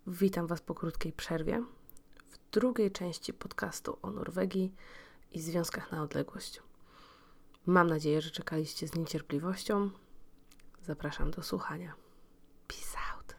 Witam Was po krótkiej przerwie w drugiej części podcastu o Norwegii i związkach na odległość. Mam nadzieję, że czekaliście z niecierpliwością. Zapraszam do słuchania. Peace out.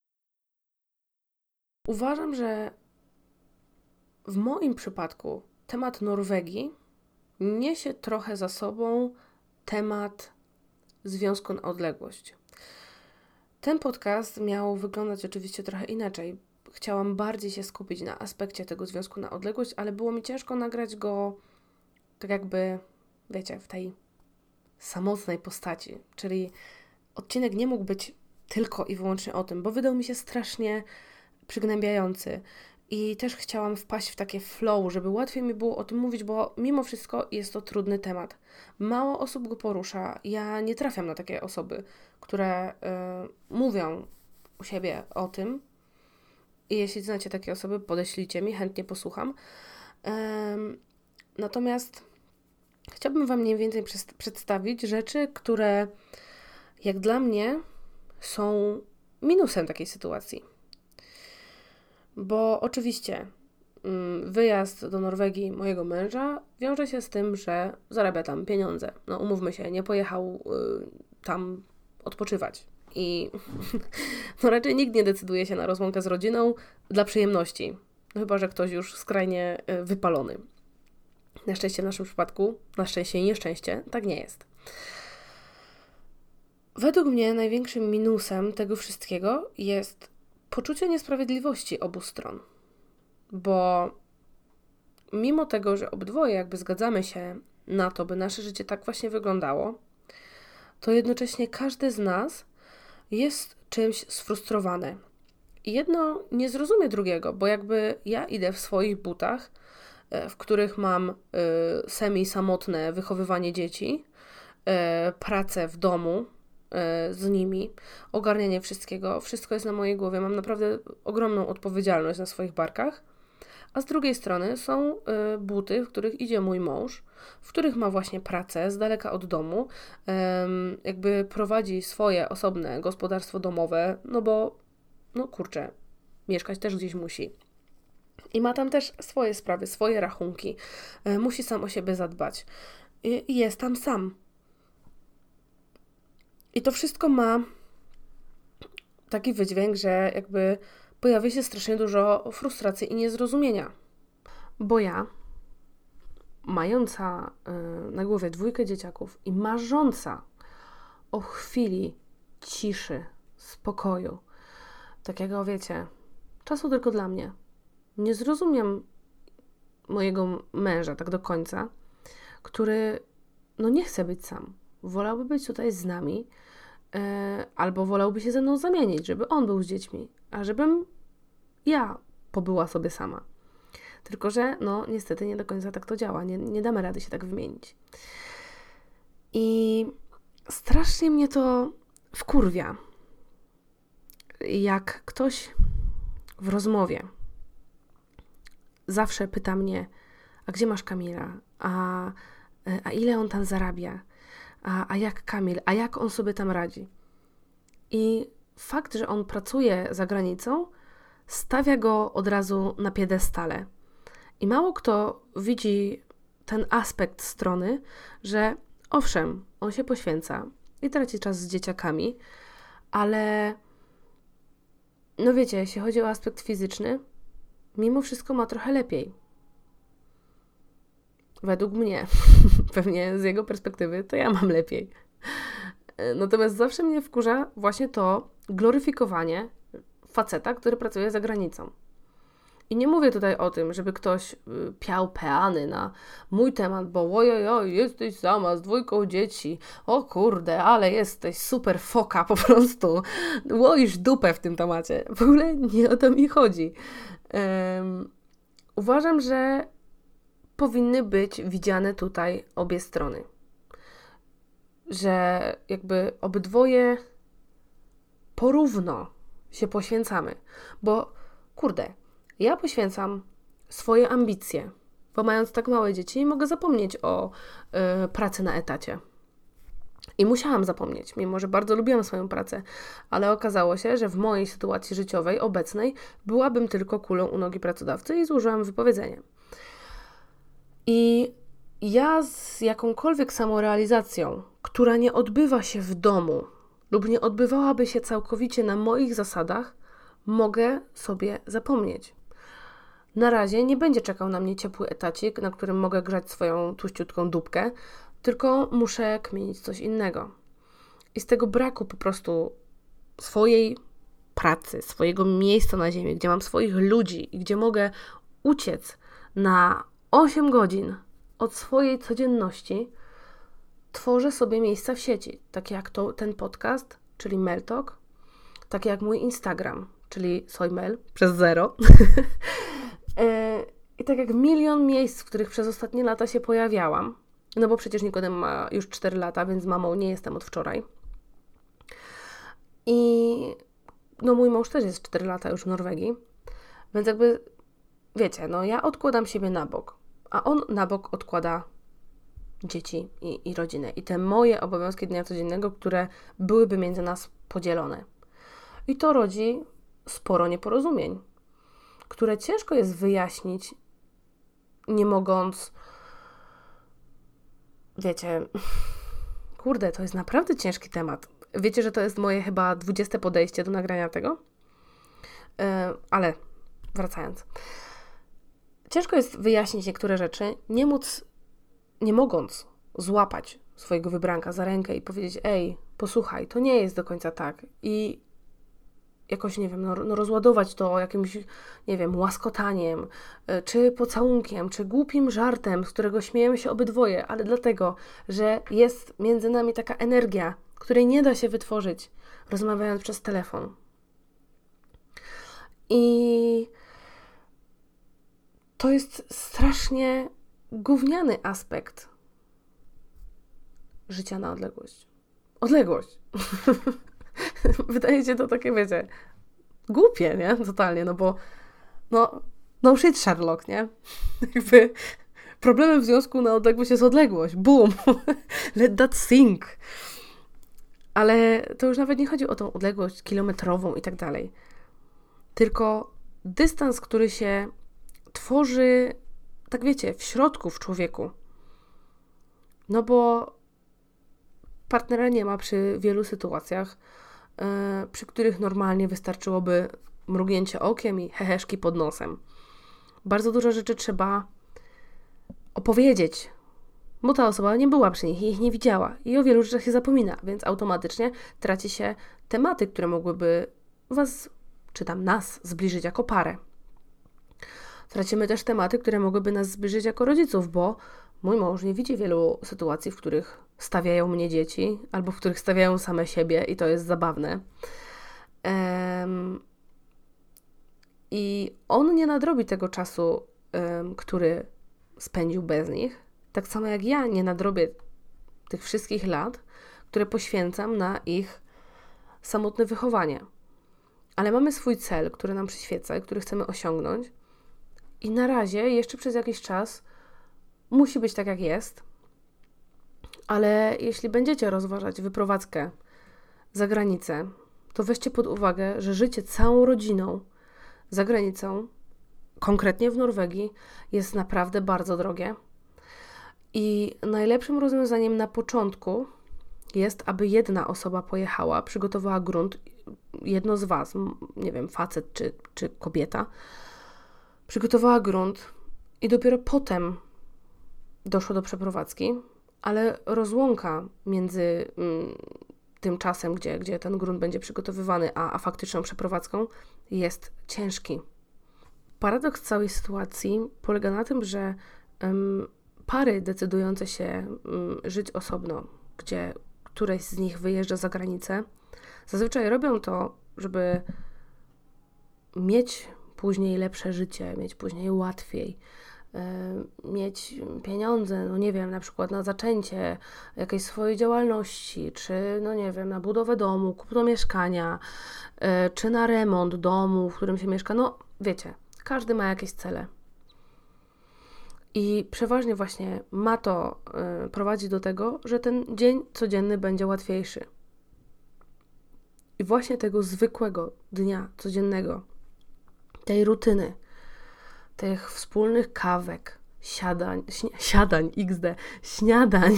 Uważam, że w moim przypadku temat Norwegii niesie trochę za sobą temat związku na odległość. Ten podcast miał wyglądać oczywiście trochę inaczej. Chciałam bardziej się skupić na aspekcie tego związku na odległość, ale było mi ciężko nagrać go tak jakby, wiecie, w tej samotnej postaci. Czyli odcinek nie mógł być tylko i wyłącznie o tym, bo wydał mi się strasznie przygnębiający. I też chciałam wpaść w takie flow, żeby łatwiej mi było o tym mówić, bo mimo wszystko jest to trudny temat. Mało osób go porusza. Ja nie trafiam na takie osoby, które mówią u siebie o tym. I jeśli znacie takie osoby, podeślijcie mi, chętnie posłucham. Natomiast chciałabym Wam mniej więcej przedstawić rzeczy, które jak dla mnie są minusem takiej sytuacji. Bo oczywiście wyjazd do Norwegii mojego męża wiąże się z tym, że zarabia tam pieniądze. No umówmy się, nie pojechał tam odpoczywać. I no raczej nikt nie decyduje się na rozłąkę z rodziną dla przyjemności. No chyba że ktoś już skrajnie wypalony. Na szczęście w naszym przypadku, na szczęście i nieszczęście, tak nie jest. Według mnie największym minusem tego wszystkiego jest poczucie niesprawiedliwości obu stron. Bo mimo tego, że obydwoje jakby zgadzamy się na to, by nasze życie tak właśnie wyglądało, to jednocześnie każdy z nas jest czymś sfrustrowany. I jedno nie zrozumie drugiego, bo jakby ja idę w swoich butach, w których mam semi-samotne wychowywanie dzieci, pracę w domu z nimi, ogarnianie wszystkiego, wszystko jest na mojej głowie, mam naprawdę ogromną odpowiedzialność na swoich barkach, a z drugiej strony są buty, w których idzie mój mąż, w których ma właśnie pracę z daleka od domu, jakby prowadzi swoje osobne gospodarstwo domowe, no bo, no kurczę, mieszkać też gdzieś musi. I ma tam też swoje sprawy, swoje rachunki, musi sam o siebie zadbać i jest tam sam. I to wszystko ma taki wydźwięk, że jakby pojawia się strasznie dużo frustracji i niezrozumienia. Bo ja, mająca na głowie 2 dzieciaków i marząca o chwili ciszy, spokoju, takiego, wiecie, czasu tylko dla mnie, nie zrozumiem mojego męża tak do końca, który no nie chce być sam. Wolałby być tutaj z nami, albo wolałby się ze mną zamienić, żeby on był z dziećmi, a żebym ja pobyła sobie sama. Tylko że, no niestety nie do końca tak to działa, nie damy rady się tak wymienić. I strasznie mnie to wkurwia, jak ktoś w rozmowie zawsze pyta mnie, a gdzie masz Kamila? A ile on tam zarabia? A jak Kamil? A jak on sobie tam radzi? I fakt, że on pracuje za granicą, stawia go od razu na piedestale. I mało kto widzi ten aspekt strony, że owszem, on się poświęca i traci czas z dzieciakami, ale no wiecie, jeśli chodzi o aspekt fizyczny, mimo wszystko ma trochę lepiej. Według mnie. Pewnie z jego perspektywy to ja mam lepiej. Natomiast zawsze mnie wkurza właśnie to gloryfikowanie faceta, który pracuje za granicą. I nie mówię tutaj o tym, żeby ktoś piał peany na mój temat, bo ojojoj, jesteś sama z 2 dzieci, o kurde, ale jesteś super foka po prostu, łoisz dupę w tym temacie. W ogóle nie o to mi chodzi. Uważam, że powinny być widziane tutaj obie strony. Że jakby obydwoje porówno się poświęcamy. Bo kurde, ja poświęcam swoje ambicje, bo mając tak małe dzieci mogę zapomnieć o pracy na etacie. I musiałam zapomnieć, mimo że bardzo lubiłam swoją pracę, ale okazało się, że w mojej sytuacji życiowej obecnej byłabym tylko kulą u nogi pracodawcy i złożyłam wypowiedzenie. I ja z jakąkolwiek samorealizacją, która nie odbywa się w domu lub nie odbywałaby się całkowicie na moich zasadach, mogę sobie zapomnieć. Na razie nie będzie czekał na mnie ciepły etacik, na którym mogę grzać swoją tłuściutką dupkę, tylko muszę kminić coś innego. I z tego braku po prostu swojej pracy, swojego miejsca na ziemi, gdzie mam swoich ludzi i gdzie mogę uciec na 8 godzin od swojej codzienności, tworzę sobie miejsca w sieci, takie jak ten podcast, czyli Meltalk, takie jak mój Instagram, czyli Soymel przez 0. I tak jak milion miejsc, w których przez ostatnie lata się pojawiałam, no bo przecież Nikodem ma już 4 lata, więc mamą nie jestem od wczoraj. I no mój mąż też jest 4 lata już w Norwegii, więc jakby, wiecie, no ja odkładam siebie na bok, a on na bok odkłada dzieci i rodzinę. I te moje obowiązki dnia codziennego, które byłyby między nas podzielone. I to rodzi sporo nieporozumień, które ciężko jest wyjaśnić, nie mogąc, wiecie, kurde, to jest naprawdę ciężki temat. Wiecie, że to jest moje chyba 20 podejście do nagrania tego? Ale wracając. Ciężko jest wyjaśnić niektóre rzeczy, nie mogąc złapać swojego wybranka za rękę i powiedzieć: ej, posłuchaj, to nie jest do końca tak. I jakoś, nie wiem, no rozładować to jakimś, nie wiem, łaskotaniem, czy pocałunkiem, czy głupim żartem, z którego śmiejemy się obydwoje, ale dlatego, że jest między nami taka energia, której nie da się wytworzyć, rozmawiając przez telefon. I to jest strasznie gówniany aspekt życia na odległość. Odległość. Wydaje się to takie, wiecie, głupie, nie? Totalnie, no bo no shit, Sherlock, nie? Jakby problemem w związku na odległość jest odległość. Boom! Let that sink. Ale to już nawet nie chodzi o tą odległość kilometrową i tak dalej. Tylko dystans, który się tworzy, tak wiecie, w środku, w człowieku. No bo partnera nie ma przy wielu sytuacjach, przy których normalnie wystarczyłoby mrugnięcie okiem i heheszki pod nosem. Bardzo dużo rzeczy trzeba opowiedzieć, bo ta osoba nie była przy nich i ich nie widziała. I o wielu rzeczach się zapomina, więc automatycznie traci się tematy, które mogłyby was, czy tam nas, zbliżyć jako parę. Tracimy też tematy, które mogłyby nas zbliżyć jako rodziców, bo mój mąż nie widzi wielu sytuacji, w których stawiają mnie dzieci, albo w których stawiają same siebie i to jest zabawne. I on nie nadrobi tego czasu, który spędził bez nich, tak samo jak ja nie nadrobię tych wszystkich lat, które poświęcam na ich samotne wychowanie. Ale mamy swój cel, który nam przyświeca, który chcemy osiągnąć i na razie, jeszcze przez jakiś czas musi być tak, jak jest, ale jeśli będziecie rozważać wyprowadzkę za granicę, to weźcie pod uwagę, że życie całą rodziną za granicą, konkretnie w Norwegii, jest naprawdę bardzo drogie. I najlepszym rozwiązaniem na początku jest, aby jedna osoba pojechała, przygotowała grunt, jedno z was, nie wiem, facet czy kobieta, przygotowała grunt i dopiero potem doszło do przeprowadzki, ale rozłąka między tym czasem, gdzie ten grunt będzie przygotowywany, a faktyczną przeprowadzką jest ciężki. Paradoks całej sytuacji polega na tym, że pary decydujące się żyć osobno, gdzie któreś z nich wyjeżdża za granicę, zazwyczaj robią to, żeby mieć później lepsze życie, mieć później łatwiej, mieć pieniądze, no nie wiem, na przykład na zaczęcie jakiejś swojej działalności, czy no nie wiem, na budowę domu, kupno mieszkania, czy na remont domu, w którym się mieszka, no wiecie, każdy ma jakieś cele. I przeważnie właśnie ma to prowadzić do tego, że ten dzień codzienny będzie łatwiejszy. I właśnie tego zwykłego dnia codziennego, tej rutyny, tych wspólnych kawek, śniadań,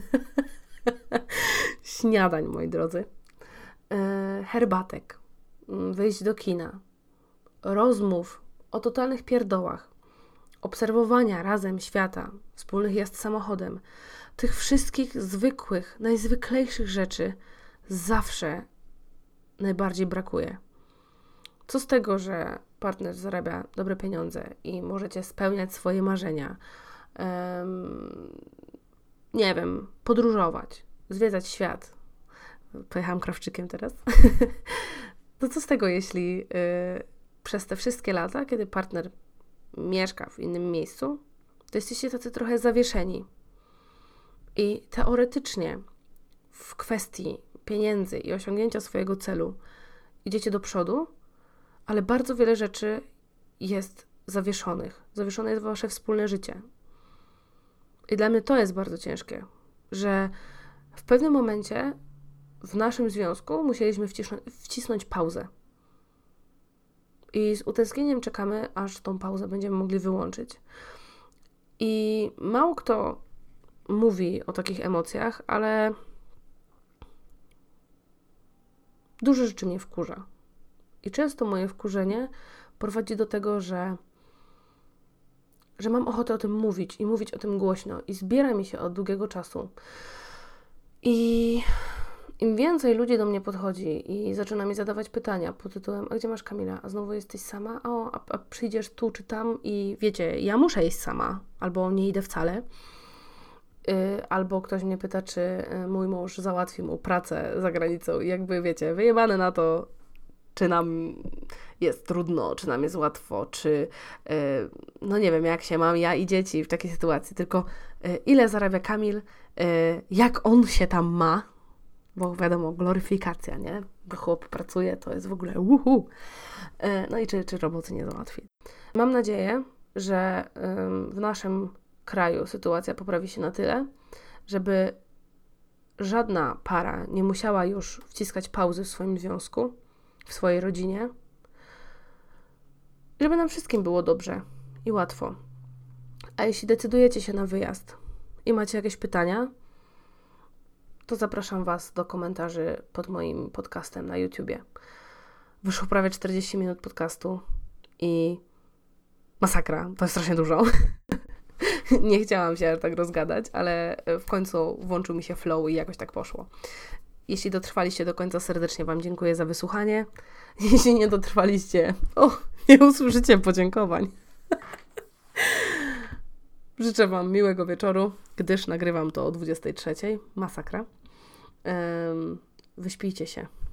śniadań, moi drodzy, herbatek, wyjść do kina, rozmów o totalnych pierdołach, obserwowania razem świata, wspólnych jazd samochodem, tych wszystkich zwykłych, najzwyklejszych rzeczy zawsze najbardziej brakuje. Co z tego, że partner zarabia dobre pieniądze i możecie spełniać swoje marzenia, nie wiem, podróżować, zwiedzać świat. Pojechałam krawczykiem teraz. To co z tego, jeśli przez te wszystkie lata, kiedy partner mieszka w innym miejscu, to jesteście tacy trochę zawieszeni. I teoretycznie w kwestii pieniędzy i osiągnięcia swojego celu idziecie do przodu, ale bardzo wiele rzeczy jest zawieszonych. Zawieszone jest wasze wspólne życie. I dla mnie to jest bardzo ciężkie, że w pewnym momencie w naszym związku musieliśmy wcisnąć pauzę. I z utęsknieniem czekamy, aż tą pauzę będziemy mogli wyłączyć. I mało kto mówi o takich emocjach, ale dużo rzeczy mnie wkurza. I często moje wkurzenie prowadzi do tego, że mam ochotę o tym mówić i mówić o tym głośno. I zbiera mi się od długiego czasu. I im więcej ludzi do mnie podchodzi i zaczyna mi zadawać pytania pod tytułem: a gdzie masz Kamila? A znowu jesteś sama? A przyjdziesz tu czy tam? I wiecie, ja muszę iść sama, albo nie idę wcale. Albo ktoś mnie pyta, czy mój mąż załatwi mu pracę za granicą. I jakby wiecie, wyjebane na to, czy nam jest trudno, czy nam jest łatwo, czy no nie wiem, jak się mam ja i dzieci w takiej sytuacji, tylko ile zarabia Kamil, jak on się tam ma, bo wiadomo, gloryfikacja, nie? Bo chłop pracuje, to jest w ogóle no i czy roboty nie załatwi. Mam nadzieję, że w naszym kraju sytuacja poprawi się na tyle, żeby żadna para nie musiała już wciskać pauzy w swoim związku, w swojej rodzinie, żeby nam wszystkim było dobrze i łatwo. A jeśli decydujecie się na wyjazd i macie jakieś pytania, to zapraszam Was do komentarzy pod moim podcastem na YouTubie. Wyszło prawie 40 minut podcastu i masakra, to jest strasznie dużo. Nie chciałam się tak rozgadać, ale w końcu włączył mi się flow i jakoś tak poszło. Jeśli dotrwaliście do końca, serdecznie Wam dziękuję za wysłuchanie. Jeśli nie dotrwaliście, nie usłyszycie podziękowań. Życzę Wam miłego wieczoru, gdyż nagrywam to o 23:00. Masakra. Wyśpijcie się.